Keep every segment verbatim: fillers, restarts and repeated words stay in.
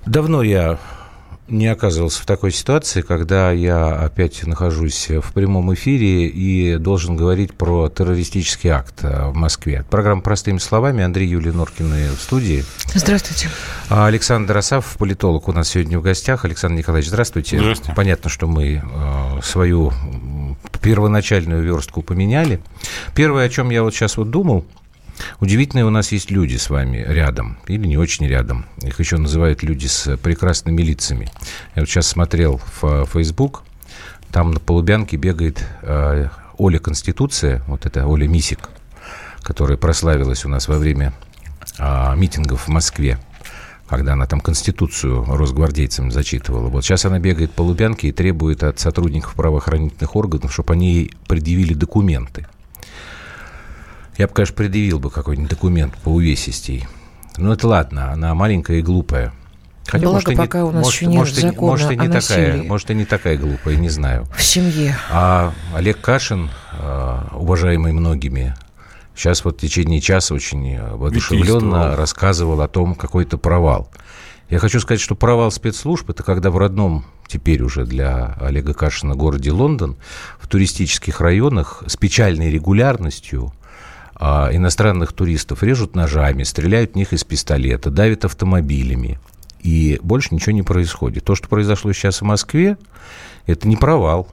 Давно я не оказывался в такой ситуации, когда я опять нахожусь в прямом эфире и должен говорить про террористический акт в Москве. Программа «Простыми словами». Андрей, Юлия Норкины в студии. Здравствуйте. Александр Асафов, политолог, у нас сегодня в гостях. Александр Николаевич, здравствуйте. Здравствуйте. Понятно, что мы э, свою первоначальную верстку поменяли. Первое, о чем я вот сейчас вот думал, удивительные у нас есть люди с вами рядом, или не очень рядом. Их еще называют люди с прекрасными лицами. Я вот сейчас смотрел в Facebook, там на Полубянке бегает э, Оля Конституция, вот это Оля Мисик, которая прославилась у нас во время э, митингов в Москве, когда она там Конституцию росгвардейцам зачитывала. Вот сейчас она бегает по Лубянке и требует от сотрудников правоохранительных органов, чтобы они ей предъявили документы. Я бы, конечно, предъявил бы какой-нибудь документ по увесистей. Ну, это ладно, она маленькая и глупая. Хотя, Благо, может, пока не, у нас может, еще нет может, закона может, и не о насилии. такая, может, и не такая глупая, не знаю. В семье. А Олег Кашин, уважаемый многими, сейчас вот в течение часа очень воодушевленно рассказывал о том, какой-то провал. Я хочу сказать, что провал спецслужб – это когда в родном, теперь уже для Олега Кашина, городе Лондон, в туристических районах с печальной регулярностью а, иностранных туристов режут ножами, стреляют в них из пистолета, давят автомобилями. И больше ничего не происходит. То, что произошло сейчас в Москве, это не провал.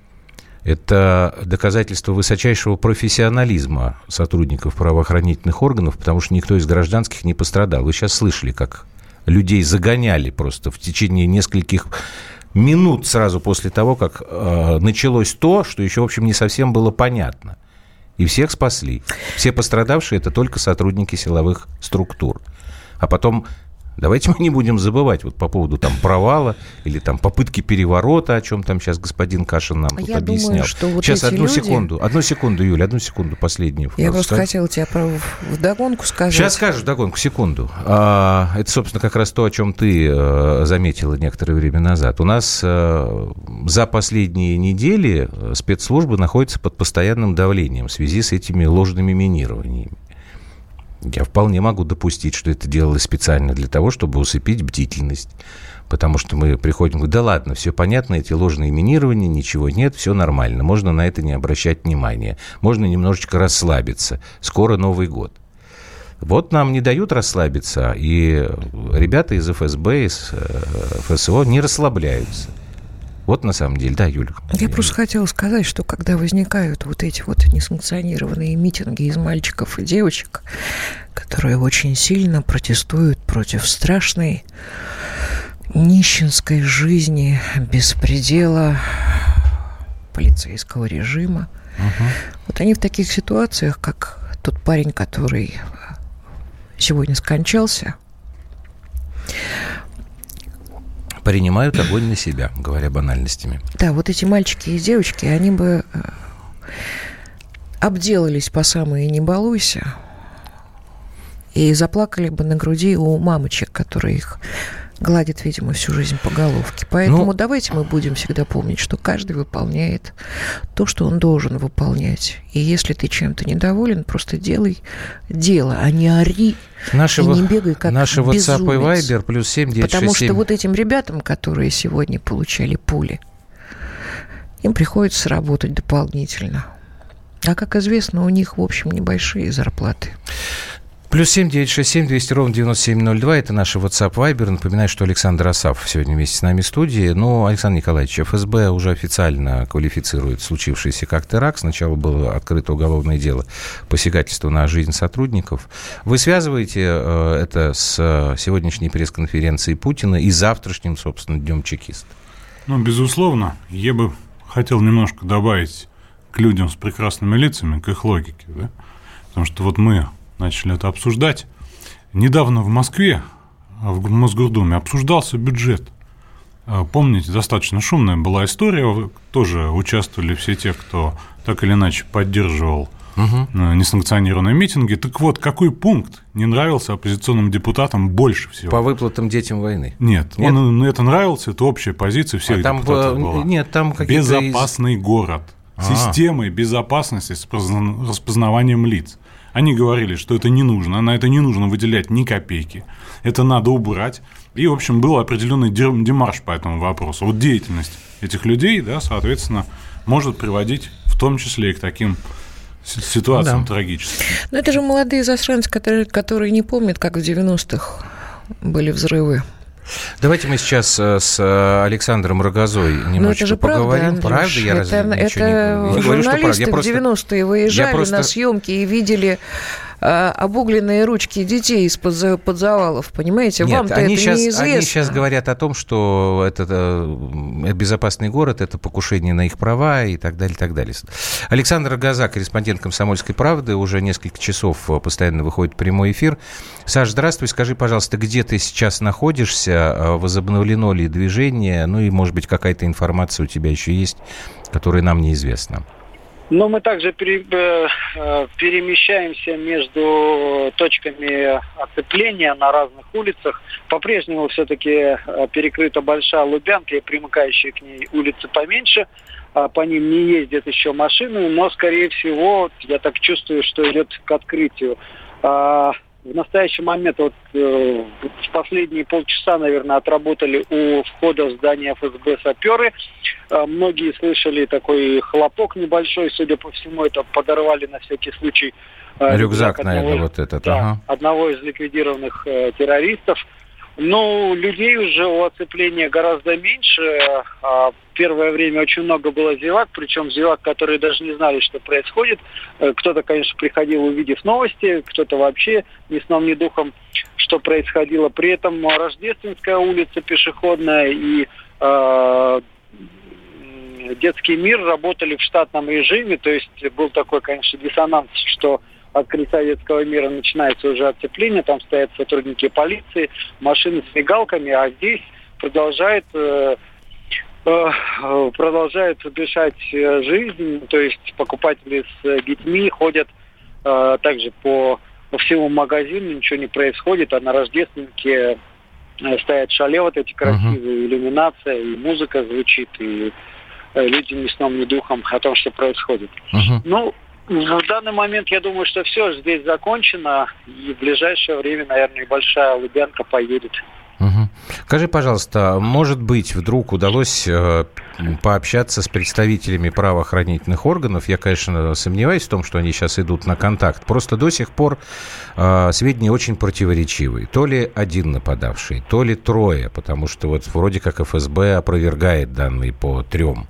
Это доказательство высочайшего профессионализма сотрудников правоохранительных органов, потому что никто из гражданских не пострадал. Вы сейчас слышали, как людей загоняли просто в течение нескольких минут сразу после того, как э, началось то, что еще, в общем, не совсем было понятно. И всех спасли. Все пострадавшие – это только сотрудники силовых структур. А потом... Давайте мы не будем забывать вот по поводу там провала или там попытки переворота, о чем там сейчас господин Кашин нам тут Я объяснял. думаю, что вот сейчас эти одну люди... секунду, одну секунду, Юля, одну секунду, последнюю. Я просто сказать. хотела тебя вдогонку сказать. Сейчас скажешь вдогонку, секунду. А, это, собственно, как раз то, о чем ты а, заметила некоторое время назад. У нас а, за последние недели спецслужбы находятся под постоянным давлением в связи с этими ложными минированиями. Я вполне могу допустить, что это делалось специально для того, чтобы усыпить бдительность. Потому что мы приходим и говорим, да ладно, все понятно, эти ложные минирования, ничего нет, все нормально. Можно на это не обращать внимания. Можно немножечко расслабиться. Скоро Новый год. Вот нам не дают расслабиться, и ребята из эф эс бэ, из эф эс о не расслабляются. Вот на самом деле, да, Юля? Я просто хотела сказать, что когда возникают вот эти вот несанкционированные митинги из мальчиков и девочек, которые очень сильно протестуют против страшной нищенской жизни, беспредела, полицейского режима, угу. Вот они в таких ситуациях, как тот парень, который сегодня скончался, принимают огонь на себя, говоря банальностями. Да, вот эти мальчики и девочки, они бы обделались по самое «не балуйся» и заплакали бы на груди у мамочек, которые их гладят, видимо, всю жизнь по головке. Поэтому ну, давайте мы будем всегда помнить, что каждый выполняет то, что он должен выполнять. И если ты чем-то недоволен, просто делай дело, а не ори наши, и не бегай как наши безумец. WhatsApp и Viber плюс семь девятьсот Потому шестьдесят семь. что вот этим ребятам, которые сегодня получали пули, им приходится работать дополнительно. А, как известно, у них, в общем, небольшие зарплаты. Плюс семь девятьсот шестьдесят семь двести ровно девяносто семь ноль два. Это наш WhatsApp Viber. Напоминаю, что Александр Асафов сегодня вместе с нами в студии. Ну, Александр Николаевич, эф эс бэ уже официально квалифицирует случившееся как теракт. Сначала было открыто уголовное дело посягательства на жизнь сотрудников. Вы связываете э, это с сегодняшней пресс-конференцией Путина и завтрашним, собственно, Днем чекиста? Ну, безусловно. Я бы хотел немножко добавить к людям с прекрасными лицами, к их логике. Да? Потому что вот мы... начали это обсуждать. Недавно в Москве, в Мосгордуме, обсуждался бюджет. Помните, достаточно шумная была история. Тоже участвовали все те, кто так или иначе поддерживал угу. несанкционированные митинги. Так вот, какой пункт не нравился оппозиционным депутатам больше всего? По выплатам детям войны? Нет, нет? Он, это нравился, это общая позиция всех а там депутатов по... была. Нет, там какие-то... Безопасный из... город. А-а. Системой безопасности с распознаванием лиц. Они говорили, что это не нужно, на это не нужно выделять ни копейки, это надо убрать. И, в общем, был определенный демарш по этому вопросу. Вот деятельность этих людей, да, соответственно, может приводить в том числе и к таким ситуациям да. трагическим. Но это же молодые засранцы, которые, которые не помнят, как в девяностых были взрывы. Давайте мы сейчас с Александром Рогозой немножечко поговорим. Правда, правда, я разве это, ничего это не, не говорю, что правда. Я в просто, девяностые выезжали просто... на съемки и видели а, обугленные ручки детей из-под под завалов, понимаете? Нет, вам-то они это сейчас, неизвестно. Они сейчас говорят о том, что это, это безопасный город, это покушение на их права и так далее, и так далее. Александр Рогоза, корреспондент «Комсомольской правды», уже несколько часов постоянно выходит в прямой эфир. Саш, здравствуй, скажи, пожалуйста, где ты сейчас находишься, возобновлено ли движение, ну и, может быть, какая-то информация у тебя еще есть, которая нам неизвестна? Но мы также пере, э, перемещаемся между точками оцепления на разных улицах. По-прежнему все-таки перекрыта Большая Лубянка и примыкающие к ней улицы поменьше. По ним не ездят еще машины, но, скорее всего, я так чувствую, что идет к открытию. В настоящий момент, вот э, в последние полчаса, наверное, отработали у входа в здание эф эс бэ саперы. Э, многие слышали такой хлопок небольшой, судя по всему, это подорвали на всякий случай. Э, Рюкзак, одного, наверное, вот этот. Да, ага. одного из ликвидированных э, террористов. Ну, людей уже у оцепления гораздо меньше. А первое время очень много было зевак, причем зевак, которые даже не знали, что происходит. Кто-то, конечно, приходил, увидев новости, кто-то вообще ни сном, ни духом, что происходило. При этом Рождественская улица пешеходная и э, детский мир работали в штатном режиме. То есть был такой, конечно, диссонанс, что от крыльца детского мира начинается уже оцепление, там стоят сотрудники полиции, машины с мигалками, а здесь продолжает, э, э, продолжает дышать жизнь, то есть покупатели с детьми ходят э, также по, по всему магазину, ничего не происходит, а на Рождественке стоят шале вот эти красивые, uh-huh. иллюминация, и музыка звучит, и э, люди ни сном, ни духом о том, что происходит. Uh-huh. Ну, в данный момент я думаю, что все здесь закончено, и в ближайшее время, наверное, Большая Лубянка поедет. Угу. Скажи, пожалуйста, может быть, вдруг удалось э, пообщаться с представителями правоохранительных органов? Я, конечно, сомневаюсь в том, что они сейчас идут на контакт. Просто до сих пор э, сведения очень противоречивые. То ли один нападавший, то ли трое, потому что вот вроде как эф эс бэ опровергает данные по трем.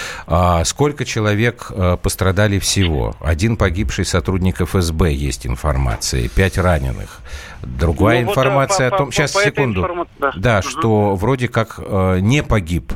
А сколько человек э, пострадали всего? Один погибший сотрудник эф эс бэ, есть информация, пять раненых. Другая ну, информация вот, о том... По, сейчас, по секунду. Информации, да, да угу. что вроде как э, не погиб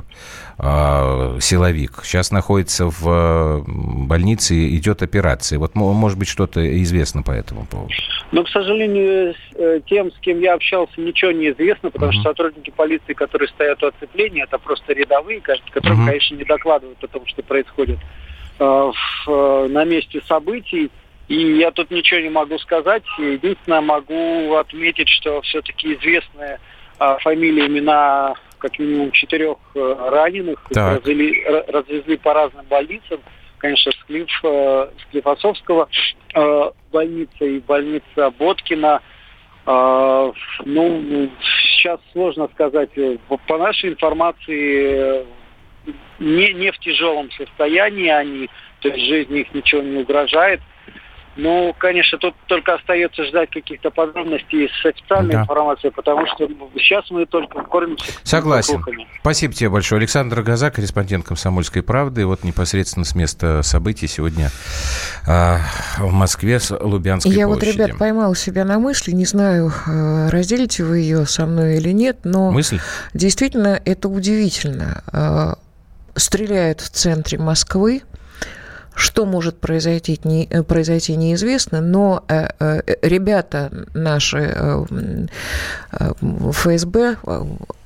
э, силовик. Сейчас находится в э, больнице, идет операция. Вот, может быть, что-то известно по этому поводу? Но, к сожалению, с тем, с кем я общался, ничего не известно, потому угу. что сотрудники полиции, которые стоят у оцепления, это просто рядовые, которые, угу. конечно, не докладывают о том, что происходит э, в, э, на месте событий. И я тут ничего не могу сказать. Единственное, могу отметить, что все-таки известны а, фамилии, имена как минимум четырех а, раненых. Развели, развезли по разным больницам. Конечно, Склиф, а, Склифосовского а, больница и больница Боткина. А, ну, сейчас сложно сказать. По нашей информации, не, не в тяжелом состоянии они, то есть жизни их ничего не угрожает. Ну, конечно, тут только остается ждать каких-то подробностей с официальной да. информацией, потому что сейчас мы только кормимся. Согласен. Слухами. Спасибо тебе большое. Александр Рогоза, корреспондент «Комсомольской правды». Вот непосредственно с места событий сегодня э, в Москве с Лубянской Я площади. вот, ребят, поймала себя на мысли, не знаю, разделите вы ее со мной или нет, но Мысль? Действительно это удивительно. Стреляют в центре Москвы. Что может произойти, не, произойти неизвестно, но э, э, ребята наши э, э, эф эс бэ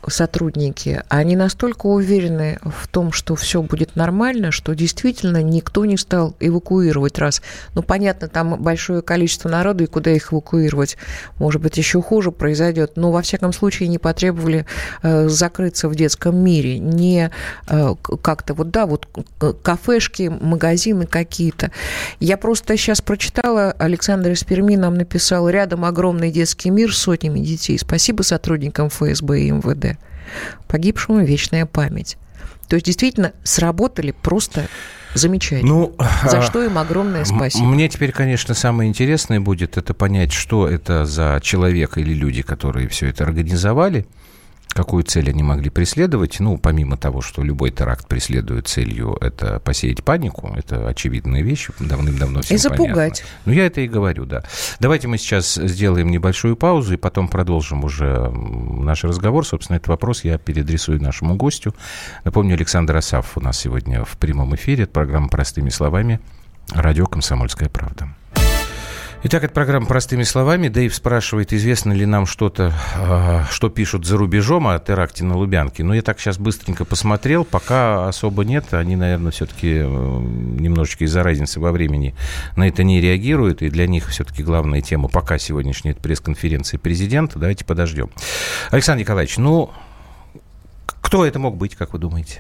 сотрудники, они настолько уверены в том, что все будет нормально, что действительно никто не стал эвакуировать раз. Ну, понятно, там большое количество народу, и куда их эвакуировать, может быть, еще хуже произойдет. Но, во всяком случае, не потребовали э, закрыться в детском мире. Не э, как-то вот, да, вот кафешки, магазины какие-то. Я просто сейчас прочитала, Александр из Перми нам написал: рядом огромный детский мир с сотнями детей. Спасибо сотрудникам эф эс бэ и эм вэ дэ. Погибшему вечная память. То есть, действительно, сработали просто замечательно. Ну, за что им огромное спасибо. Мне теперь, конечно, самое интересное будет это понять, что это за человек или люди, которые все это организовали, какую цель они могли преследовать. Ну, помимо того, что любой теракт преследует целью это посеять панику, это очевидная вещь, давным-давно всем понятно. И запугать. Ну, я это и говорю, да. Давайте мы сейчас сделаем небольшую паузу и потом продолжим уже наш разговор. Собственно, этот вопрос я переадресую нашему гостю. Напомню, Александр Асафов у нас сегодня в прямом эфире. Это программа «Простыми словами», радио «Комсомольская правда». Итак, это программа «Простыми словами». Дэйв спрашивает, известно ли нам что-то, что пишут за рубежом о теракте на Лубянке. Но я так сейчас быстренько посмотрел, пока особо нет. Они, наверное, все-таки немножечко из-за разницы во времени на это не реагируют. И для них все-таки главная тема пока сегодняшняя — это пресс-конференция президента. Давайте подождем. Александр Николаевич, ну, кто это мог быть, как вы думаете?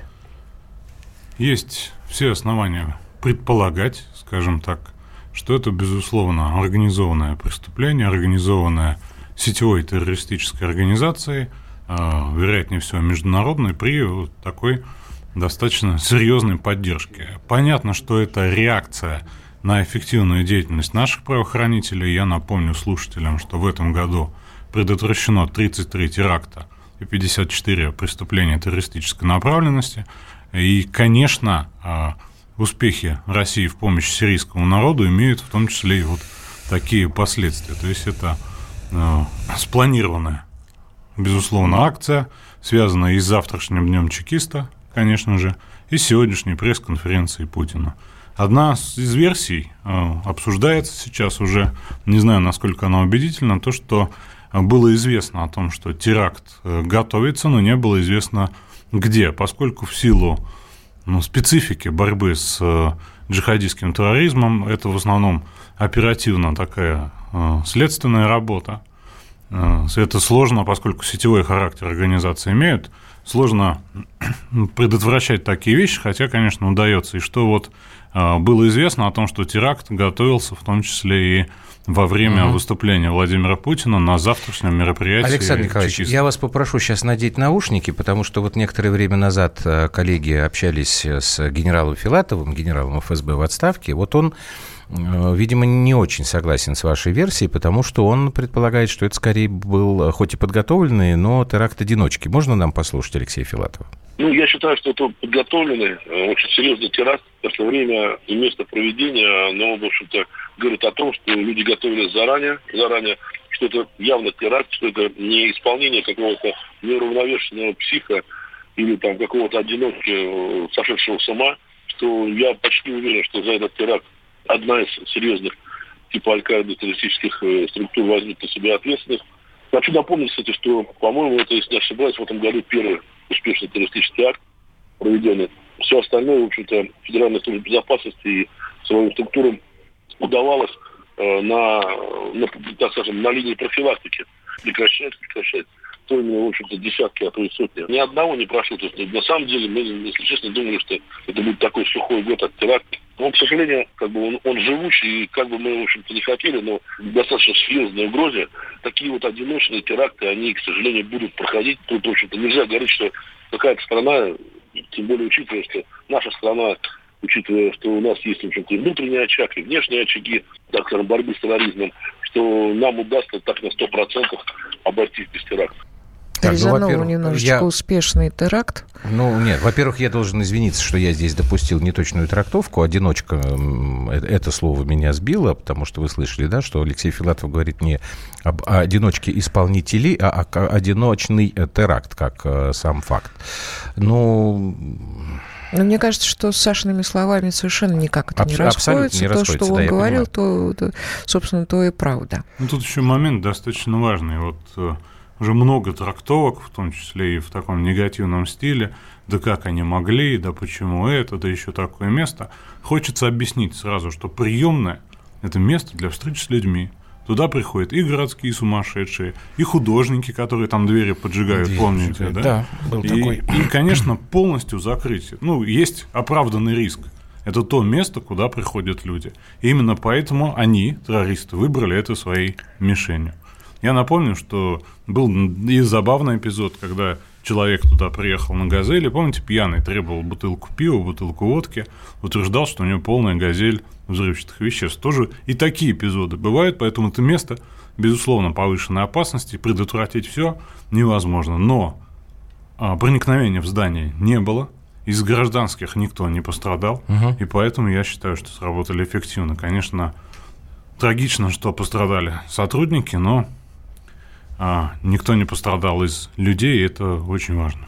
Есть все основания предполагать, скажем так, что это, безусловно, организованное преступление, организованное сетевой террористической организацией, вероятнее всего, международной, при вот такой достаточно серьезной поддержке. Понятно, что это реакция на эффективную деятельность наших правоохранителей. Я напомню слушателям, что в этом году предотвращено тридцать три теракта и пятьдесят четыре преступления террористической направленности. И, конечно, успехи России в помощи сирийскому народу имеют в том числе и вот такие последствия. То есть это э, спланированная, безусловно, акция, связанная и с завтрашним днем чекиста, конечно же, и с сегодняшней пресс-конференцией Путина. Одна из версий э, обсуждается сейчас уже, не знаю, насколько она убедительна, то, что было известно о том, что теракт э, готовится, но не было известно где, поскольку в силу Ну, специфики борьбы с э, джихадистским терроризмом, это в основном оперативно такая э, следственная работа. Э, это сложно, поскольку сетевой характер организации имеют, сложно предотвращать такие вещи, хотя, конечно, удается. И что вот э, было известно о том, что теракт готовился в том числе и во время угу. выступления Владимира Путина на завтрашнем мероприятии. Александр Николаевич, чекист. Я вас попрошу сейчас надеть наушники, потому что вот некоторое время назад коллеги общались с генералом Филатовым, генералом эф эс бэ в отставке. Вот он, видимо, не очень согласен с вашей версией, потому что он предполагает, что это скорее был, хоть и подготовленный, но теракт одиночки. Можно нам послушать Алексея Филатова? Ну, я считаю, что это подготовленный, очень серьезный теракт. Просто время и место проведения, оно, в общем-то, говорит о том, что люди готовились заранее, заранее, что это явно теракт, что это не исполнение какого-то неуравновешенного психа или там какого-то одиночки, сошедшего с ума, что я почти уверен, что за этот теракт одна из серьезных типа Аль-Каиды террористических структур возьмет на себя ответственность. Хочу напомнить, кстати, что, по-моему, это, если не ошибаюсь, в этом году первый успешный террористический акт проведенный. Все остальное, в общем-то, Федеральной службе безопасности и своим структурам удавалось э, на, на, так скажем, на линии профилактики прекращать, прекращать. То именно, в общем-то, десятки, а то и сотни. Ни одного не прошло. То есть, на самом деле, мы, если честно, думали, что это будет такой сухой год от теракта. Но, к сожалению, как бы он, он живучий, и как бы мы, в общем-то, не хотели, но достаточно серьезной угрозе, такие вот одиночные теракты, они, к сожалению, будут проходить. Тут, в общем-то, нельзя говорить, что какая-то страна, тем более учитывая, что наша страна, учитывая, что у нас есть, в общем-то, и внутренние очаги, и внешние очаги, так скажем, борьбы с терроризмом, что нам удастся так на сто процентов обойтись без теракта. Так, Резанул ну, немножечко я... успешный теракт. Ну, нет, во-первых, я должен извиниться, что я здесь допустил неточную трактовку. Одиночка, это слово меня сбило, потому что вы слышали, да, что Алексей Филатов говорит не об одиночке исполнителей, а о одиночный теракт, как сам факт. Ну... Но мне кажется, что с Сашиными словами совершенно никак это Аб- не расходится. Не то, расходится, что да, он говорил, то, то, собственно, то и правда. Ну, тут еще момент достаточно важный. Вот уже много трактовок, в том числе и в таком негативном стиле. Да как они могли, да почему это, да еще такое место. Хочется объяснить сразу, что приемная – это место для встреч с людьми. Туда приходят и городские сумасшедшие, и художники, которые там двери поджигают, двери помните, поджигают. Да? Да, был и, такой. И, конечно, полностью закрыть. Ну, есть оправданный риск. Это то место, куда приходят люди. И именно поэтому они, террористы, выбрали это своей мишенью. Я напомню, что был и забавный эпизод, когда человек туда приехал на «Газели», помните, пьяный, требовал бутылку пива, бутылку водки, утверждал, что у него полная «Газель» взрывчатых веществ. Тоже и такие эпизоды бывают, поэтому это место, безусловно, повышенной опасности, предотвратить все невозможно. Но а, проникновения в здание не было, из гражданских никто не пострадал, угу. И поэтому я считаю, что сработали эффективно. Конечно, трагично, что пострадали сотрудники, но а, никто не пострадал из людей, и это очень важно.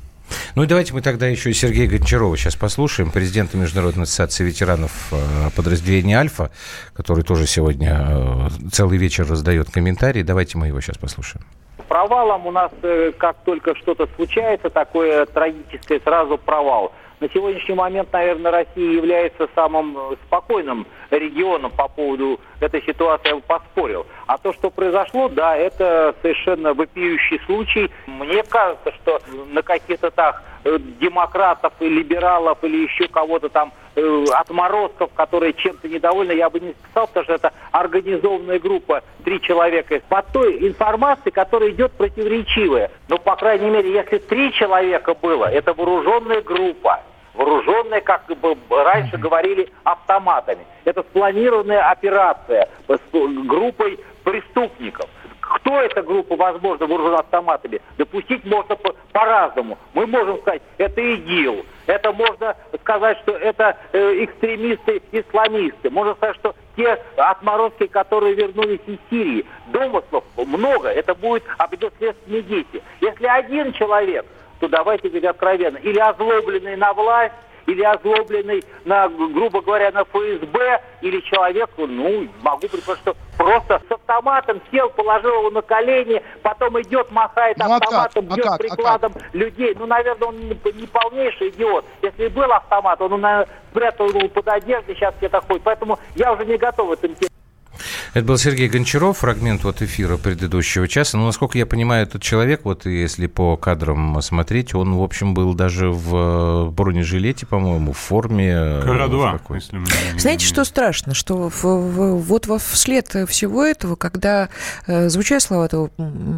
Ну и давайте мы тогда еще и Сергея Гончарова сейчас послушаем, президента Международной ассоциации ветеранов подразделения «Альфа», который тоже сегодня целый вечер раздает комментарии. Давайте мы его сейчас послушаем. Провалом у нас, как только что-то случается, такое трагическое, сразу провал. На сегодняшний момент, наверное, Россия является самым спокойным регионом по поводу этой ситуации, я бы поспорил. А то, что произошло, да, это совершенно вопиющий случай. Мне кажется, что на каких-то так демократов и либералов или еще кого-то там э, отморозков, которые чем-то недовольны, я бы не сказал, потому что это организованная группа, три человека. По той информации, которая идет противоречивая. Но, по крайней мере, если три человека было, это вооруженная группа. Вооруженная, как бы раньше говорили, автоматами. Это спланированная операция с группой преступников. Кто эта группа, возможно, вооружена автоматами? Допустить можно по- по-разному. Мы можем сказать, это ИГИЛ. Это можно сказать, что это э, экстремисты-исламисты. Можно сказать, что те отморозки, которые вернулись из Сирии. Домыслов много. Это будет объединенные следственные действия. Если один человек, то давайте говорить откровенно, или озлобленный на власть, или озлобленный, на, грубо говоря, на эф эс бэ, или человек, ну, могу предположить, что просто с автоматом сел, положил его на колени, потом идет, махает ну, автоматом, а бьет а прикладом а людей. Ну, наверное, он не полнейший идиот. Если был автомат, он, наверное, спрятал его под одеждой, сейчас где-то ходит. Поэтому я уже не готов в этом деле. Это был Сергей Гончаров, фрагмент вот эфира предыдущего часа. Но, насколько я понимаю, этот человек, вот если по кадрам смотреть, он, в общем, был даже в бронежилете, по-моему, в форме. Кара-два. Знаете, что страшно? Что в, в, вот во вслед всего этого, когда э, звучат слова того,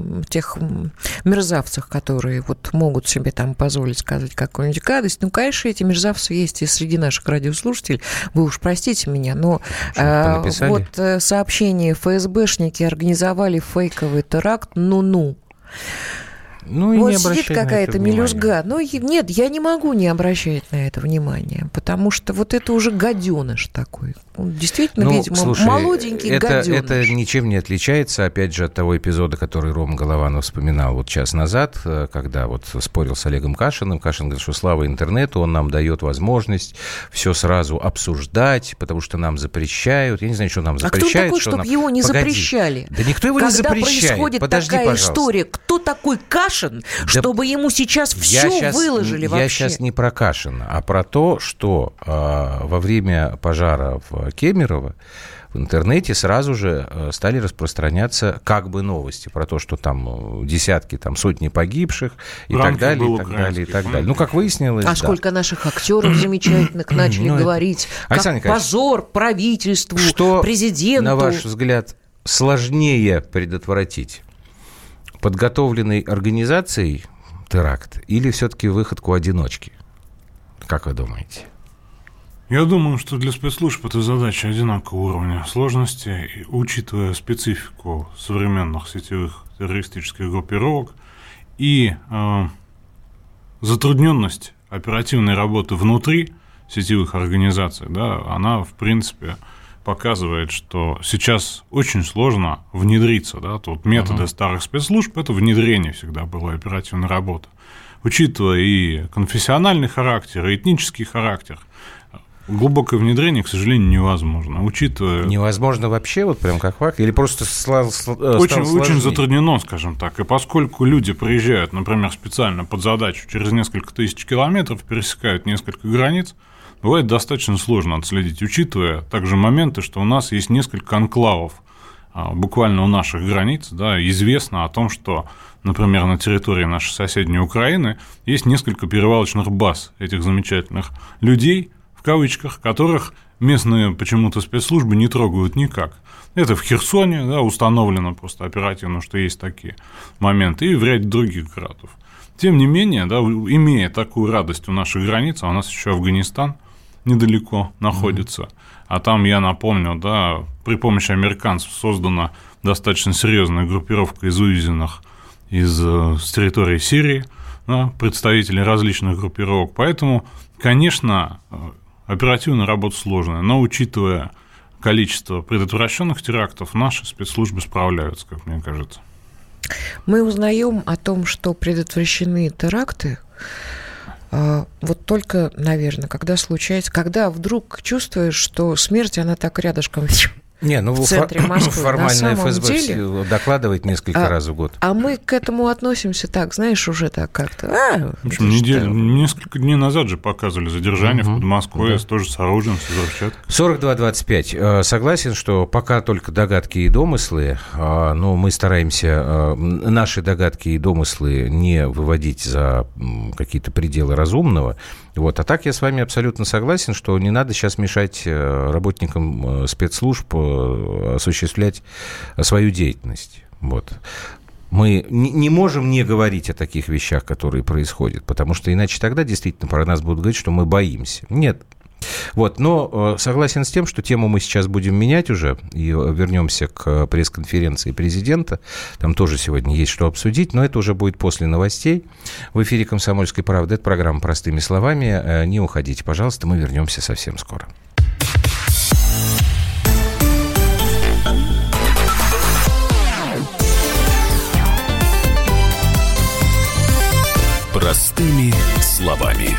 тех мерзавцев, которые вот могут себе там позволить сказать какую-нибудь гадость, ну, конечно, эти мерзавцы есть и среди наших радиослушателей. Вы уж простите меня, но э, вот э, сообщение эф эс бэшники организовали фейковый теракт, ну-ну. Ну, и вот не сидит какая-то мелюзга. Ну, нет, я не могу не обращать на это внимание, потому что вот это уже гаденыш такой. Он действительно, ну, видимо, слушай, молоденький это, гаденыш. Это ничем не отличается, опять же, от того эпизода, который Рома Голованов вспоминал вот час назад, когда вот спорил с Олегом Кашиным. Кашин говорит, что слава интернету, он нам дает возможность все сразу обсуждать, потому что нам запрещают. Я не знаю, что нам запрещают. А кто такой, что чтобы нам... его не Погоди. запрещали? Да никто его Когда не запрещает. Когда происходит Подожди, такая пожалуйста. история, кто такой Кашин, да чтобы ему сейчас все сейчас, выложили я вообще? Я сейчас не про Кашина, а про то, что э, во время пожара в Кемерово в интернете сразу же стали распространяться как бы новости про то, что там десятки, там сотни погибших и так далее, и так далее, и так далее. Ну, как выяснилось, А да. сколько наших актеров замечательных начали ну, говорить, как позор правительству, что, президенту. На ваш взгляд, сложнее предотвратить? Подготовленной организацией теракт или все-таки выходку одиночки? Как вы думаете? Я думаю, что для спецслужб эта задача одинакового уровня сложности, и, учитывая специфику современных сетевых террористических группировок и э, затрудненность оперативной работы внутри сетевых организаций, да, она, в принципе, показывает, что сейчас очень сложно внедриться. Да? Тут методы uh-huh. старых спецслужб – это внедрение всегда было оперативной работы. Учитывая и конфессиональный характер, и этнический характер, глубокое внедрение, к сожалению, невозможно, учитывая... Невозможно вообще, вот прям как факт? Или просто сла- сла- очень, стало очень затруднено, скажем так. И поскольку люди приезжают, например, специально под задачу через несколько тысяч километров, пересекают несколько границ, бывает достаточно сложно отследить, учитывая также моменты, что у нас есть несколько анклавов буквально у наших границ, да, известно о том, что, например, на территории нашей соседней Украины есть несколько перевалочных баз этих замечательных людей, в кавычках, которых местные почему-то спецслужбы не трогают никак. Это в Херсоне, да, установлено просто оперативно, что есть такие моменты, и в ряде других городов. Тем не менее, да, имея такую радость у наших границ, а у нас еще Афганистан недалеко находится, mm-hmm. а там, я напомню, да, при помощи американцев создана достаточно серьезная группировка из вывезенных из, с территории Сирии, да, представителей различных группировок, поэтому, конечно, оперативная работа сложная, но, учитывая количество предотвращенных терактов, наши спецслужбы справляются, как мне кажется. Мы узнаем о том, что предотвращены теракты, вот только, наверное, когда случается, когда вдруг чувствуешь, что смерть, она так рядышком Не, ну, в центре Москвы. Формально на самом эф эс бэ деле, докладывает несколько а, раз в год. А мы к этому относимся так, знаешь, уже так как-то. А, в общем, неделю, несколько дней назад же показывали задержание угу, в Подмосковье, да. тоже с оружием, с взрывчаткой. сорок два двадцать пять. Согласен, что пока только догадки и домыслы, но мы стараемся наши догадки и домыслы не выводить за какие-то пределы разумного. Вот. А так я с вами абсолютно согласен, что не надо сейчас мешать работникам спецслужб осуществлять свою деятельность. Вот. Мы не можем не говорить о таких вещах, которые происходят, потому что иначе тогда действительно про нас будут говорить, что мы боимся. Нет. Вот, но согласен с тем, что тему мы сейчас будем менять уже, и вернемся к пресс-конференции президента. Там тоже сегодня есть что обсудить, но это уже будет после новостей. В эфире «Комсомольской правды». Это программа «Простыми словами». Не уходите, пожалуйста, мы вернемся совсем скоро. Простыми словами.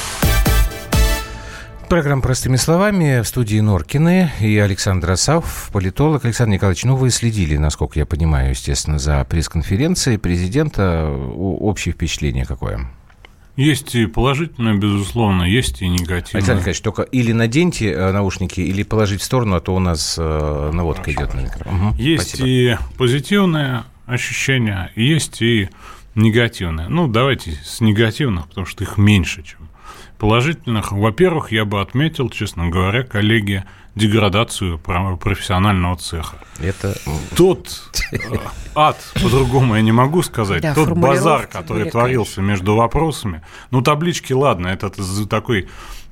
Программа «Простыми словами». В студии Норкины и Александр Асафов, политолог. Александр Николаевич, ну вы следили, насколько я понимаю, естественно, за пресс-конференцией президента. Общее впечатление какое? Есть и положительное, безусловно, есть и негативное. Александр Николаевич, только или наденьте наушники, или положите в сторону, а то у нас наводка Хорошо. идет на микрофон. Угу, есть спасибо. И позитивное ощущение, есть и негативное. Ну, давайте с негативных, потому что их меньше, чем положительных. Во-первых, я бы отметил, честно говоря, коллеги, деградацию профессионального цеха. Это... Тот ад, по-другому я не могу сказать, да, тот базар, который были, творился конечно. Между вопросами. Ну, таблички, ладно, это такой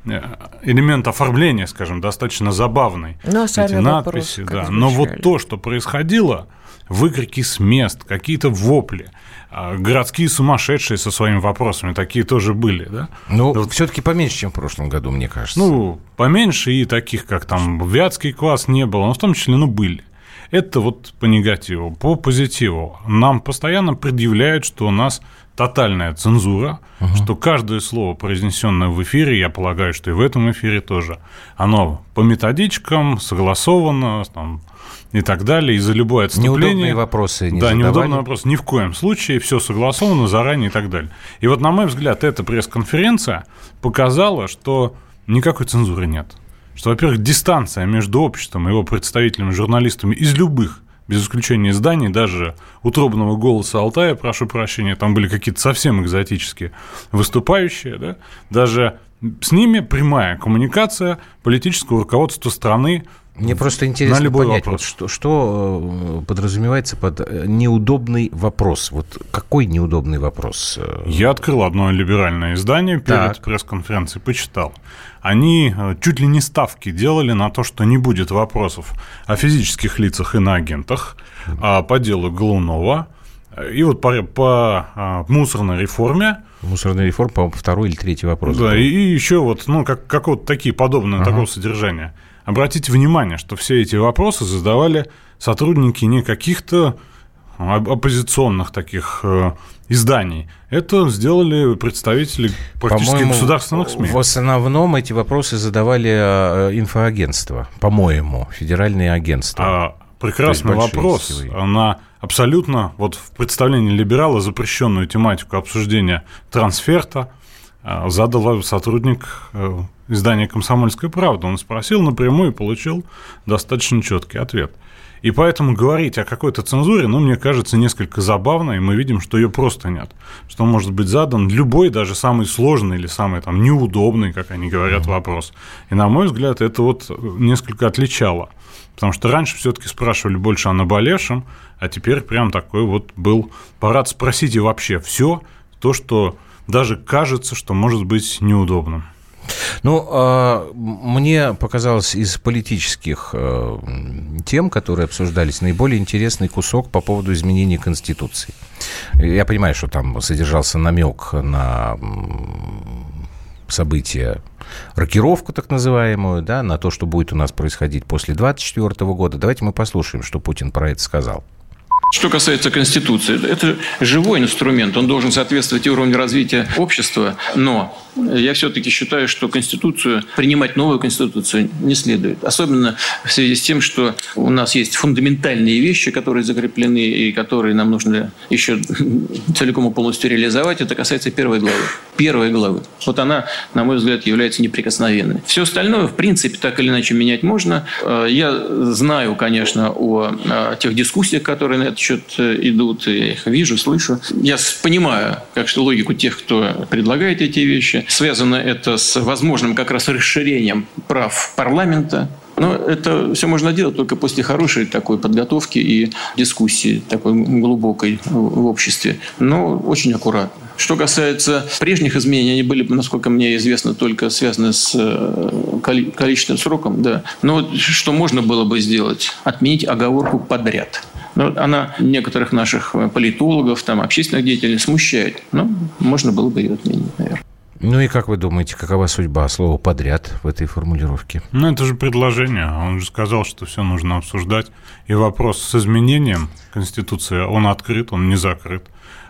элемент оформления, скажем, достаточно забавный. Но эти надписи, да. Но вот то, что происходило, выкрики с мест, какие-то вопли, городские сумасшедшие со своими вопросами, такие тоже были, да? Ну, вот. Все-таки поменьше, чем в прошлом году, мне кажется. Ну, поменьше, и таких, как там Вятский класс не было, но в том числе, ну, были. Это вот по негативу. По позитиву. Нам постоянно предъявляют, что у нас тотальная цензура, угу. что каждое слово, произнесенное в эфире, я полагаю, что и в этом эфире тоже, оно по методичкам согласовано, там, и так далее, и за любое отступление. Неудобные вопросы не Да, задавали. неудобные вопросы ни в коем случае, все согласовано заранее и так далее. И вот, на мой взгляд, эта пресс-конференция показала, что никакой цензуры нет. Что, во-первых, дистанция между обществом и его представителями, журналистами из любых, без исключения изданий, даже утробного «Голоса Алтая», прошу прощения, там были какие-то совсем экзотические выступающие, да, даже с ними прямая коммуникация политического руководства страны. Мне просто интересно понять, вот что, что подразумевается под неудобный вопрос. Вот какой неудобный вопрос? Я открыл одно либеральное издание перед так. пресс-конференцией, почитал. Они чуть ли не ставки делали на то, что не будет вопросов о физических лицах иноагентах, а по делу Голунова. И вот по, по мусорной реформе. Мусорная реформа, по-моему, второй или третий вопрос. Да, и, и еще вот, ну, как, как вот такие подобные, ага. такого содержания. Обратите внимание, что все эти вопросы задавали сотрудники не каких-то оппозиционных таких изданий. Это сделали представители практически по-моему, государственных СМИ. В основном эти вопросы задавали инфоагентства, по-моему, федеральные агентства. А, прекрасный вопрос. Силы. Она абсолютно, вот в представлении либерала, запрещенную тематику обсуждения трансферта задал сотрудник издания «Комсомольская правда». Он спросил напрямую и получил достаточно четкий ответ. И поэтому говорить о какой-то цензуре, ну, мне кажется, несколько забавно, и мы видим, что ее просто нет. Что может быть задан любой, даже самый сложный или самый там неудобный, как они говорят, вопрос. И, на мой взгляд, это вот несколько отличало. Потому что раньше все-таки спрашивали больше о наболевшем, а теперь прям такой вот был парад «спросите вообще все то, что даже кажется, что может быть неудобным». Ну, мне показалось из политических тем, которые обсуждались, наиболее интересный кусок по поводу изменения Конституции. Я понимаю, что там содержался намек на события, рокировку так называемую, да, на то, что будет у нас происходить после двадцать четвёртого года. Давайте мы послушаем, что Путин про это сказал. Что касается Конституции, это живой инструмент, он должен соответствовать уровню развития общества, но я все-таки считаю, что Конституцию, принимать новую Конституцию не следует. Особенно в связи с тем, что у нас есть фундаментальные вещи, которые закреплены и которые нам нужно еще целиком и полностью реализовать. Это касается первой главы. Первой главы. Вот она, на мой взгляд, является неприкосновенной. Все остальное, в принципе, так или иначе менять можно. Я знаю, конечно, о тех дискуссиях, которые на этот счет идут. Я их вижу, слышу. Я понимаю, как что логику тех, кто предлагает эти вещи. Связано это с возможным как раз расширением прав парламента. Но это все можно делать только после хорошей такой подготовки и дискуссии такой глубокой в обществе. Но очень аккуратно. Что касается прежних изменений, они были, насколько мне известно, только связаны с количественным сроком. Да. Но вот что можно было бы сделать? Отменить оговорку «подряд». Но она некоторых наших политологов, там, общественных деятелей смущает. Но можно было бы ее отменить, наверное. Ну и как вы думаете, какова судьба слова «подряд» в этой формулировке? Ну, это же предложение. Он же сказал, что все нужно обсуждать. И вопрос с изменением Конституции, он открыт, он не закрыт.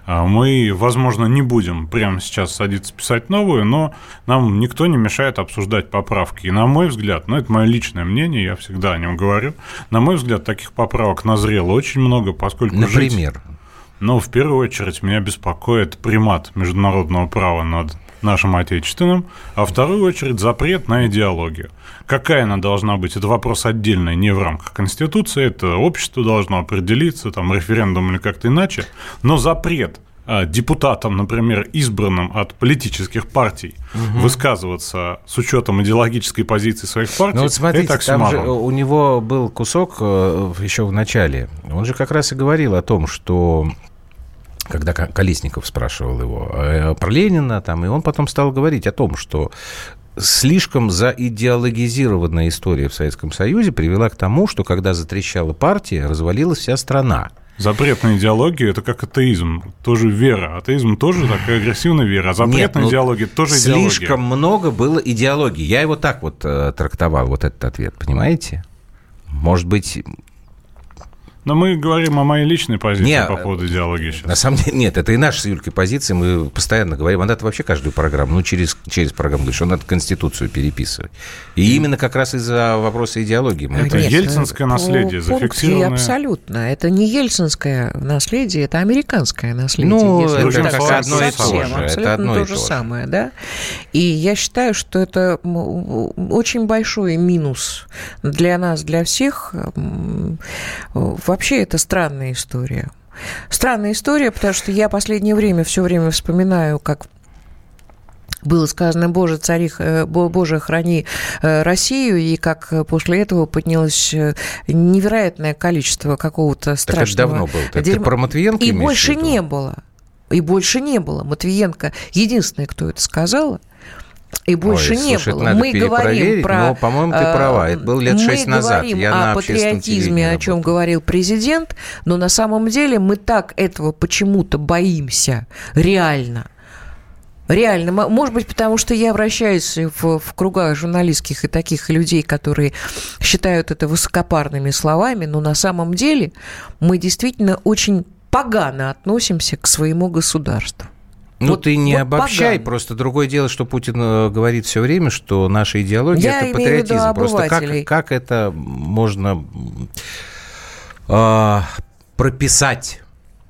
Мы, возможно, не будем прямо сейчас садиться писать новую, но нам никто не мешает обсуждать поправки. И на мой взгляд, ну, это мое личное мнение, я всегда о нем говорю, на мой взгляд, таких поправок назрело очень много, поскольку Например? Жить, ну, в первую очередь, меня беспокоит примат международного права над нашим отечественным, а в вторую очередь запрет на идеологию. Какая она должна быть? Это вопрос отдельный, не в рамках Конституции, это общество должно определиться, там, референдум или как-то иначе, но запрет депутатам, например, избранным от политических партий, угу. высказываться с учетом идеологической позиции своих партий, ну, вот смотрите, это оксюморон. Там же у него был кусок еще в начале, он же как раз и говорил о том, что когда Колесников спрашивал его про Ленина, там, и он потом стал говорить о том, что слишком заидеологизированная история в Советском Союзе привела к тому, что когда затрещала партия, развалилась вся страна. Запрет на идеологию – это как атеизм, тоже вера. Атеизм тоже такая агрессивная вера, а запрет Нет, на ну, идеологию – тоже идеология. Слишком много было идеологии. Я его так вот э, трактовал, вот этот ответ, понимаете? Может быть... Но мы говорим о моей личной позиции не, по поводу идеологии сейчас. На самом деле, нет, это и наша с Юлькой позиция, мы постоянно говорим, а надо вообще каждую программу, ну, через, через программу, говоришь, что надо Конституцию переписывать. И mm. именно как раз из-за вопроса идеологии. Мы это нет, ельцинское наследие, зафиксированное. Абсолютно. Это не ельцинское наследие, это американское наследие. Ну, это как одно и то же. Абсолютно это одно то и же то самое, да. И я считаю, что это очень большой минус для нас, для всех. Вообще это странно. Странная история. Странная история, потому что я последнее время все время вспоминаю, как было сказано «Боже, цари, Боже, храни Россию», и как после этого поднялось невероятное количество какого-то страшного... Так это давно было. Это дерьма. Ты про Матвиенко И больше не было. И больше не было. Матвиенко единственная, кто это сказала. И больше Ой, не слушай, было. Надо Мы говорим про... Но, по-моему, ты права. Это было лет шесть назад. Мы Я говорим на о патриотизме, о чем говорил президент, но на самом деле мы так этого почему-то боимся. Реально. Реально. Может быть, потому что я вращаюсь в, в кругах журналистских и таких людей, которые считают это высокопарными словами, но на самом деле мы действительно очень погано относимся к своему государству. Ну, вот, ты не вот обобщай, погано. Просто другое дело, что Путин говорит все время, что наша идеология – это патриотизм. Просто как, как это можно э, прописать?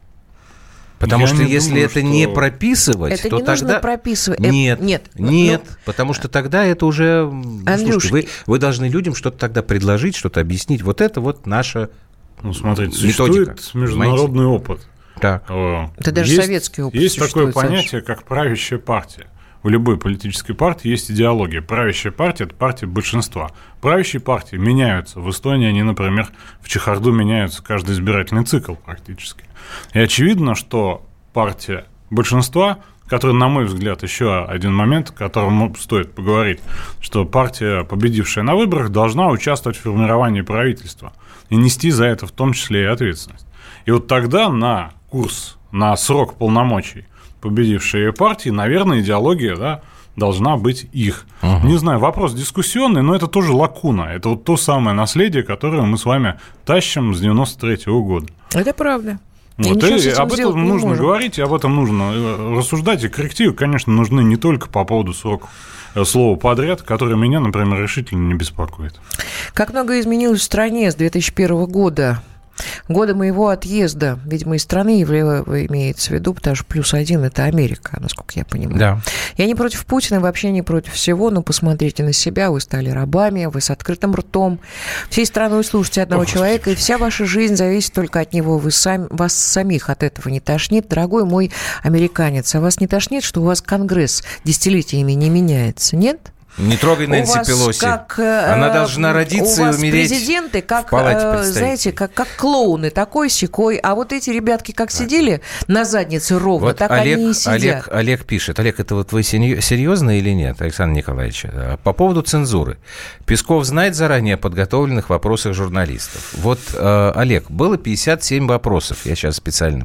Потому Я что если думаю, это что... не прописывать, это то не тогда... нужно прописывать. Нет, нет, нет, но... потому что тогда это уже... Слушайте, вы, вы должны людям что-то тогда предложить, что-то объяснить. Вот это вот наша ну, смотрите, методика. Существует международный понимаете? Опыт. Так. Это даже есть, советский опыт. Есть такое понятие, как правящая партия. У любой политической партии есть идеология. Правящая партия – это партия большинства. Правящие партии меняются. В Эстонии они, например, в чехарду меняются каждый избирательный цикл практически. И очевидно, что партия большинства, которая, на мой взгляд, еще один момент, о котором стоит поговорить, что партия, победившая на выборах, должна участвовать в формировании правительства и нести за это в том числе и ответственность. И вот тогда на курс, на срок полномочий победившей партии, наверное, идеология, да, должна быть их. Угу. Не знаю, вопрос дискуссионный, но это тоже лакуна. Это вот то самое наследие, которое мы с вами тащим с девяносто третьего года. Это правда. Вот, и об этом нужно можем. говорить, об этом нужно рассуждать, и коррективы, конечно, нужны не только по поводу срока слова подряд, которое меня, например, решительно не беспокоит. Как много изменилось в стране с две тысячи первого года, года моего отъезда, видимо, из страны имеется в виду, потому что плюс один – это Америка, насколько я понимаю. Да. Я не против Путина, вообще не против всего, но посмотрите на себя, вы стали рабами, вы с открытым ртом, всей страной слушаете одного Ох, человека, и вся ваша жизнь зависит только от него, вы сами, вас самих от этого не тошнит. Дорогой мой американец, а вас не тошнит, что у вас Конгресс десятилетиями не меняется, нет? Не трогай Нэнси Пелоси. Как, Она должна родиться и умереть. Президенты, как, знаете, как, как клоуны, такой-сякой. А вот эти ребятки как сидели на заднице ровно, вот так Олег, они и сидят. Олег, Олег пишет. Олег, это вот вы серьезно или нет, Александр Николаевич? По поводу цензуры. Песков знает заранее о подготовленных вопросах журналистов. Вот, э, Олег, было пятьдесят семь вопросов. Я сейчас специально...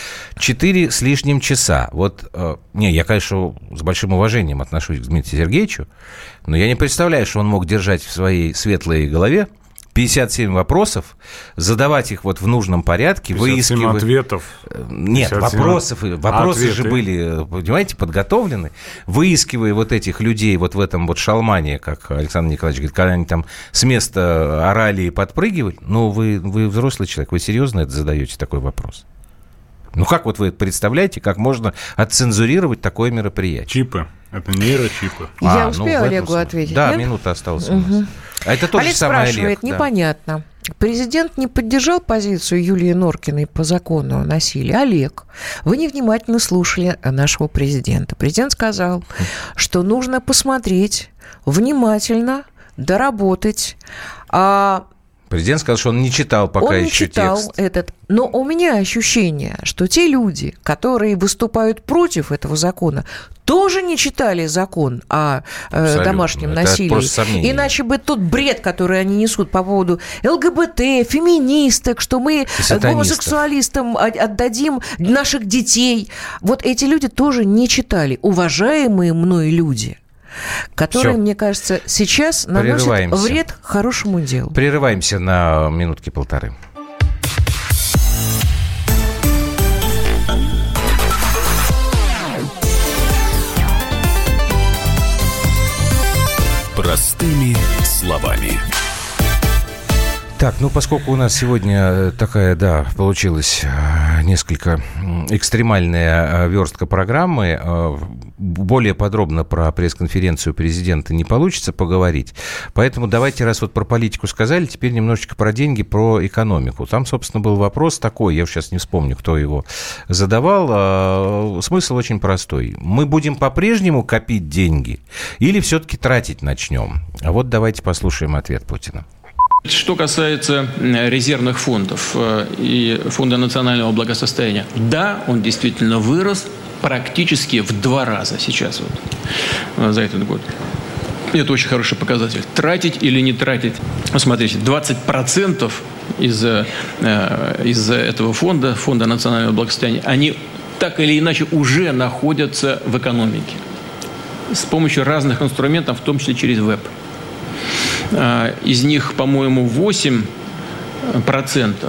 Четыре с лишним часа. Вот, э, не, я, конечно, с большим уважением отношусь к Дмитрию Сергеевичу, но я не представляю, что он мог держать в своей светлой голове пятьдесят семь вопросов, задавать их вот в нужном порядке, выискивать... пятьдесят семь ответов. Нет, вопросов, вопросы ответы. же были, понимаете, подготовлены. Выискивая вот этих людей вот в этом вот шалмане, как Александр Николаевич говорит, когда они там с места орали и подпрыгивали, ну, вы, вы взрослый человек, вы серьезно это задаете такой вопрос? Ну, как вот вы представляете, как можно отцензурировать такое мероприятие? Чипы. Это нейрочипы. Я а, успею ну, Олегу ответить, Да, нет? минута осталась у нас. Угу. А это тот Олег же самый спрашивает, Олег. непонятно. Да. Президент не поддержал позицию Юлии Норкиной по закону о насилии. Олег, вы невнимательно слушали нашего президента. Президент сказал, что нужно посмотреть внимательно, доработать, а... Президент сказал, что он не читал пока он еще не читал текст. этот. Но у меня ощущение, что те люди, которые выступают против этого закона, тоже не читали закон о э, домашнем Это насилии. Иначе бы тот бред, который они несут по поводу ЛГБТ, феминисток, что мы гомосексуалистам отдадим наших детей. Вот эти люди тоже не читали. Уважаемые мной люди, которые, Всё. мне кажется, сейчас наносят вред хорошему делу. Прерываемся на минутки-полторы. Простыми словами. Так, ну, поскольку у нас сегодня такая, да, получилась несколько экстремальная верстка программы, более подробно про пресс-конференцию президента не получится поговорить. Поэтому давайте, раз вот про политику сказали, теперь немножечко про деньги, про экономику. Там, собственно, был вопрос такой, я сейчас не вспомню, кто его задавал. Смысл очень простой. Мы будем по-прежнему копить деньги или все-таки тратить начнем? А вот давайте послушаем ответ Путина. Что касается резервных фондов и Фонда национального благосостояния, да, он действительно вырос практически в два раза сейчас вот, за этот год. Это очень хороший показатель. Тратить или не тратить? Смотрите, двадцать процентов из, из этого фонда, Фонда национального благосостояния, они так или иначе уже находятся в экономике с помощью разных инструментов, в том числе через веб. Из них, по-моему, восемь процентов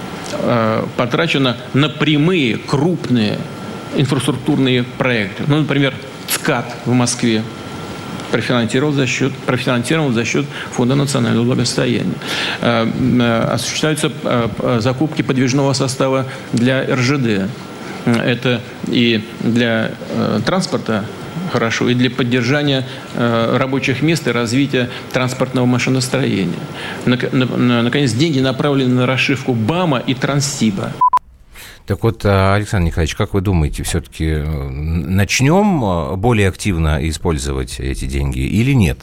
потрачено на прямые, крупные инфраструктурные проекты. Ну, например, ЦКАД в Москве профинансирован за счет, профинансирован за счет Фонда национального благосостояния. Осуществляются закупки подвижного состава для эр жэ дэ. Это и для транспорта хорошо, и для поддержания рабочих мест и развития транспортного машиностроения. Наконец, деньги направлены на расшивку БАМа и Транссиба. Так вот, Александр Николаевич, как вы думаете, все-таки начнем более активно использовать эти деньги или нет?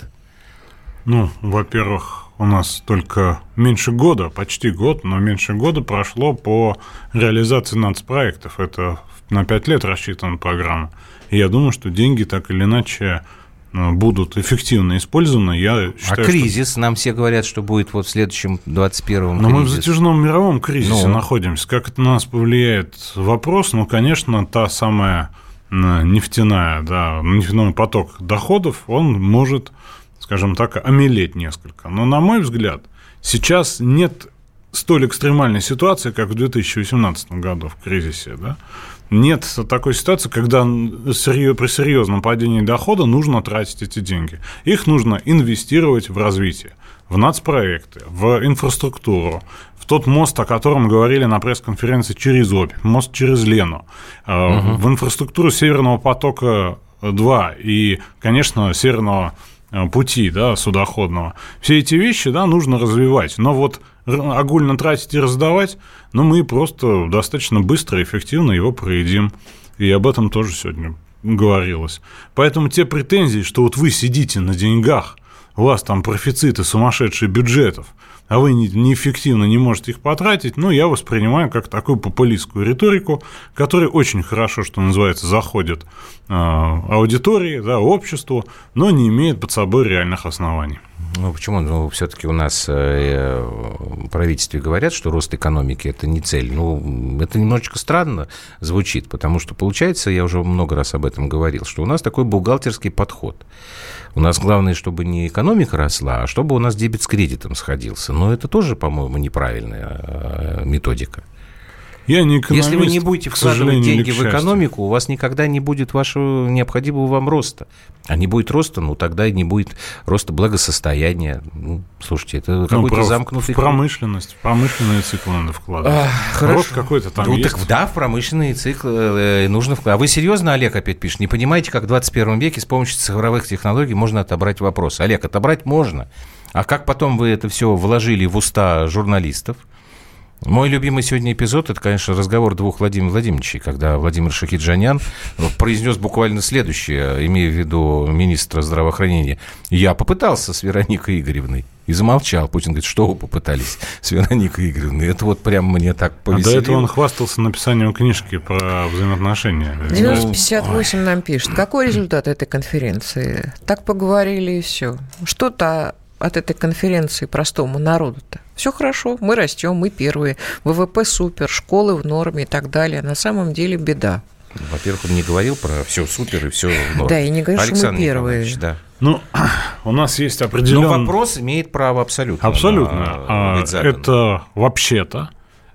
Ну, во-первых, у нас только меньше года, почти год, но меньше года прошло по реализации нацпроектов. Это на пять лет рассчитана программа. И я думаю, что деньги так или иначе будут эффективно использованы. Я считаю, а кризис, что... нам все говорят, что будет вот в следующем двадцать первом Но кризис. мы в затяжном мировом кризисе ну. находимся. Как это на нас повлияет вопрос? Ну, конечно, та самая нефтяная, да, нефтяной поток доходов, он может, скажем так, омелеть несколько. Но, на мой взгляд, сейчас нет столь экстремальной ситуации, как в две тысячи восемнадцатом году в кризисе, да. Нет такой ситуации, когда при серьезном падении дохода нужно тратить эти деньги. Их нужно инвестировать в развитие, в нацпроекты, в инфраструктуру, в тот мост, о котором говорили на пресс-конференции через Обь, мост через Лену, угу. в инфраструктуру Северного потока-два и, конечно, Северного пути, да, судоходного. Все эти вещи, да, нужно развивать. Но вот огульно тратить и раздавать, но мы просто достаточно быстро и эффективно его проедим. И об этом тоже сегодня говорилось. Поэтому те претензии, что вот вы сидите на деньгах, у вас там профициты сумасшедшие бюджетов, а вы неэффективно не можете их потратить, ну, я воспринимаю как такую популистскую риторику, которая очень хорошо, что называется, заходит э, аудитории, да, обществу, но не имеет под собой реальных оснований. Ну, почему? Ну, все-таки у нас э, в правительстве говорят, что рост экономики – это не цель. Ну, это немножечко странно звучит, потому что, получается, я уже много раз об этом говорил, что у нас такой бухгалтерский подход. У нас главное, чтобы не экономика росла, а чтобы у нас дебет с кредитом сходился. Но это тоже, по-моему, неправильная методика. Я не экономист, если вы не будете вкладывать деньги в экономику, у вас никогда не будет вашего необходимого вам роста. А не будет роста, ну, тогда и не будет роста благосостояния. Ну, слушайте, это какой-то ну, замкнутый... В промышленность, в промышленные циклы надо вкладывать. А, хорошо. Рост какой-то там ну, есть. Так, да, в промышленные циклы нужно вкладывать. А вы серьезно, Олег опять пишет, не понимаете, как в двадцать первом веке с помощью цифровых технологий можно отобрать вопрос? Олег, отобрать можно. А как потом вы это все вложили в уста журналистов? Мой любимый сегодня эпизод – это, конечно, разговор двух Владимира Владимировичей, когда Владимир Шахиджанян произнес буквально следующее, имея в виду министра здравоохранения. «Я попытался с Вероникой Игоревной». И замолчал. Путин говорит, что вы попытались с Вероникой Игоревной? Это вот прям мне так повеселило. А до этого он хвастался написанием книжки про взаимоотношения. девяносто пятьдесят восемь нам пишет. Какой результат этой конференции? Так поговорили и все. Что-то от этой конференции простому народу-то? Все хорошо, мы растем, мы первые, вэ вэ пэ супер, школы в норме и так далее. На самом деле беда. Во-первых, он не говорил про все супер и все в норме. Да, и не говорил, Александр что мы первые. Да. Ну, у нас есть определенный... Но вопрос имеет право абсолютно. Абсолютно. А, это вообще-то,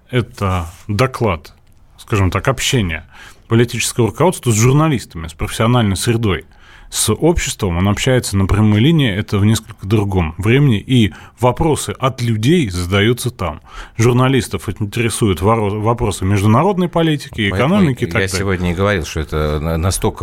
это доклад, скажем так, общение политического руководства с журналистами, с профессиональной средой. С обществом он общается на прямой линии, это в несколько другом времени, и вопросы от людей задаются там. Журналистов интересуют вопросы международной политики, экономики и так далее. Я сегодня и говорил, что это настолько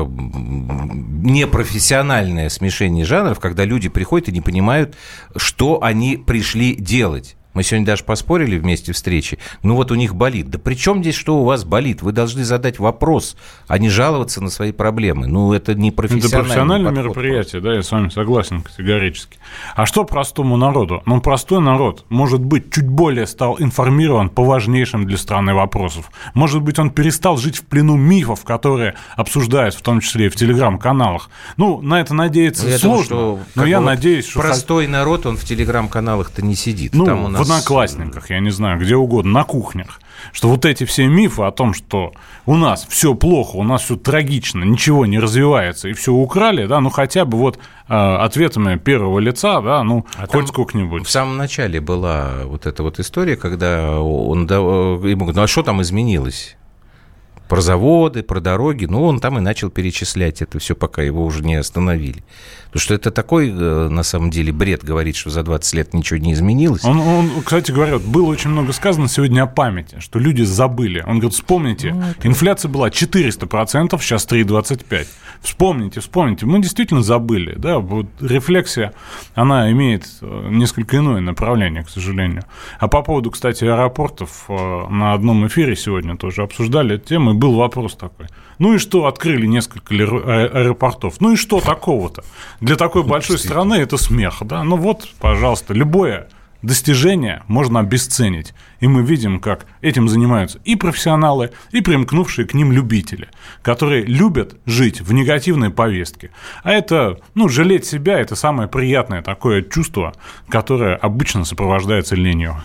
непрофессиональное смешение жанров, когда люди приходят и не понимают, что они пришли делать. Мы сегодня даже поспорили вместе встречи. Ну вот у них болит. Да при чем здесь, что у вас болит? Вы должны задать вопрос, а не жаловаться на свои проблемы. Ну это не профессиональное Это профессиональное мероприятие, да, я с вами согласен категорически. А что простому народу? Ну простой народ, может быть, чуть более стал информирован по важнейшим для страны вопросам. Может быть, он перестал жить в плену мифов, которые обсуждают, в том числе и в телеграм-каналах. Ну, на это надеяться я сложно, думаю, что, но я вот надеюсь, что... Простой народ, он в телеграм-каналах-то не сидит. Ну, там у нас Одноклассниках, я не знаю, где угодно, на кухнях. Что вот эти все мифы о том, что у нас все плохо, у нас все трагично, ничего не развивается, и все украли, да, ну хотя бы вот э, ответами первого лица, да, ну а хоть сколько-нибудь. В самом начале была вот эта вот история, когда он, да, ему говорит, ну а что там изменилось? Про заводы, про дороги, ну, он там и начал перечислять это все, пока его уже не остановили. Потому что это такой, на самом деле, бред говорить, что за двадцать лет ничего не изменилось. Он, он, кстати говоря, было очень много сказано сегодня о памяти, что люди забыли. Он говорит, вспомните, ну, это... инфляция была четыреста процентов, сейчас три двадцать пять. Вспомните, вспомните. Мы действительно забыли, да, вот рефлексия, она имеет несколько иное направление, к сожалению. А по поводу, кстати, аэропортов, на одном эфире сегодня тоже обсуждали эту тему, и был вопрос такой. Ну и что, открыли несколько аэропортов? Ну и что такого-то? Для такой большой страны это смех, да? Ну вот, пожалуйста, любое достижение можно обесценить. И мы видим, как этим занимаются и профессионалы, и примкнувшие к ним любители, которые любят жить в негативной повестке. А это, ну, жалеть себя – это самое приятное такое чувство, которое обычно сопровождается ленью.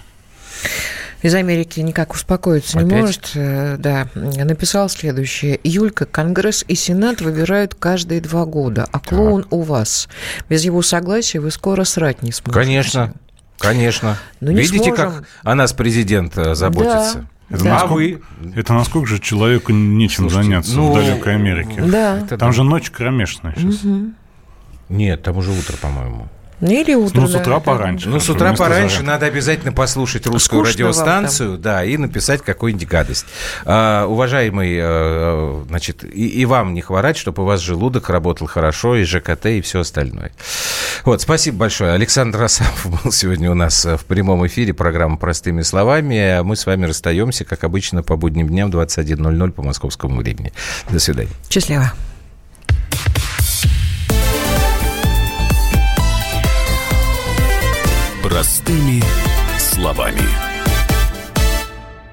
Из Америки никак успокоиться Опять? не может. Да, написал следующее. Юлька, Конгресс и Сенат выбирают каждые два года, а клоун так. у вас. Без его согласия вы скоро срать не сможете. Конечно, конечно. Видите, как о нас президент заботится? Да. Это, да. насколько, вы... это насколько же человеку нечем Слушайте, заняться ну... в далекой Америке? Да. Там да. же ночь кромешная сейчас. Угу. Нет, там уже утро, по-моему. Или утром. Ну, с утра да, пораньше. Ну, с утра пораньше зарядки. Надо обязательно послушать русскую Скучно радиостанцию, да, и написать какую-нибудь гадость. А, уважаемый, а, значит, и, и вам не хворать, чтобы у вас желудок работал хорошо, и ЖКТ, и все остальное. Вот, спасибо большое. Александр Асафов был сегодня у нас в прямом эфире, программа «Простыми словами». Мы с вами расстаемся, как обычно, по будним дням двадцать один ноль ноль по московскому времени. До свидания. Счастливо. Простыми словами.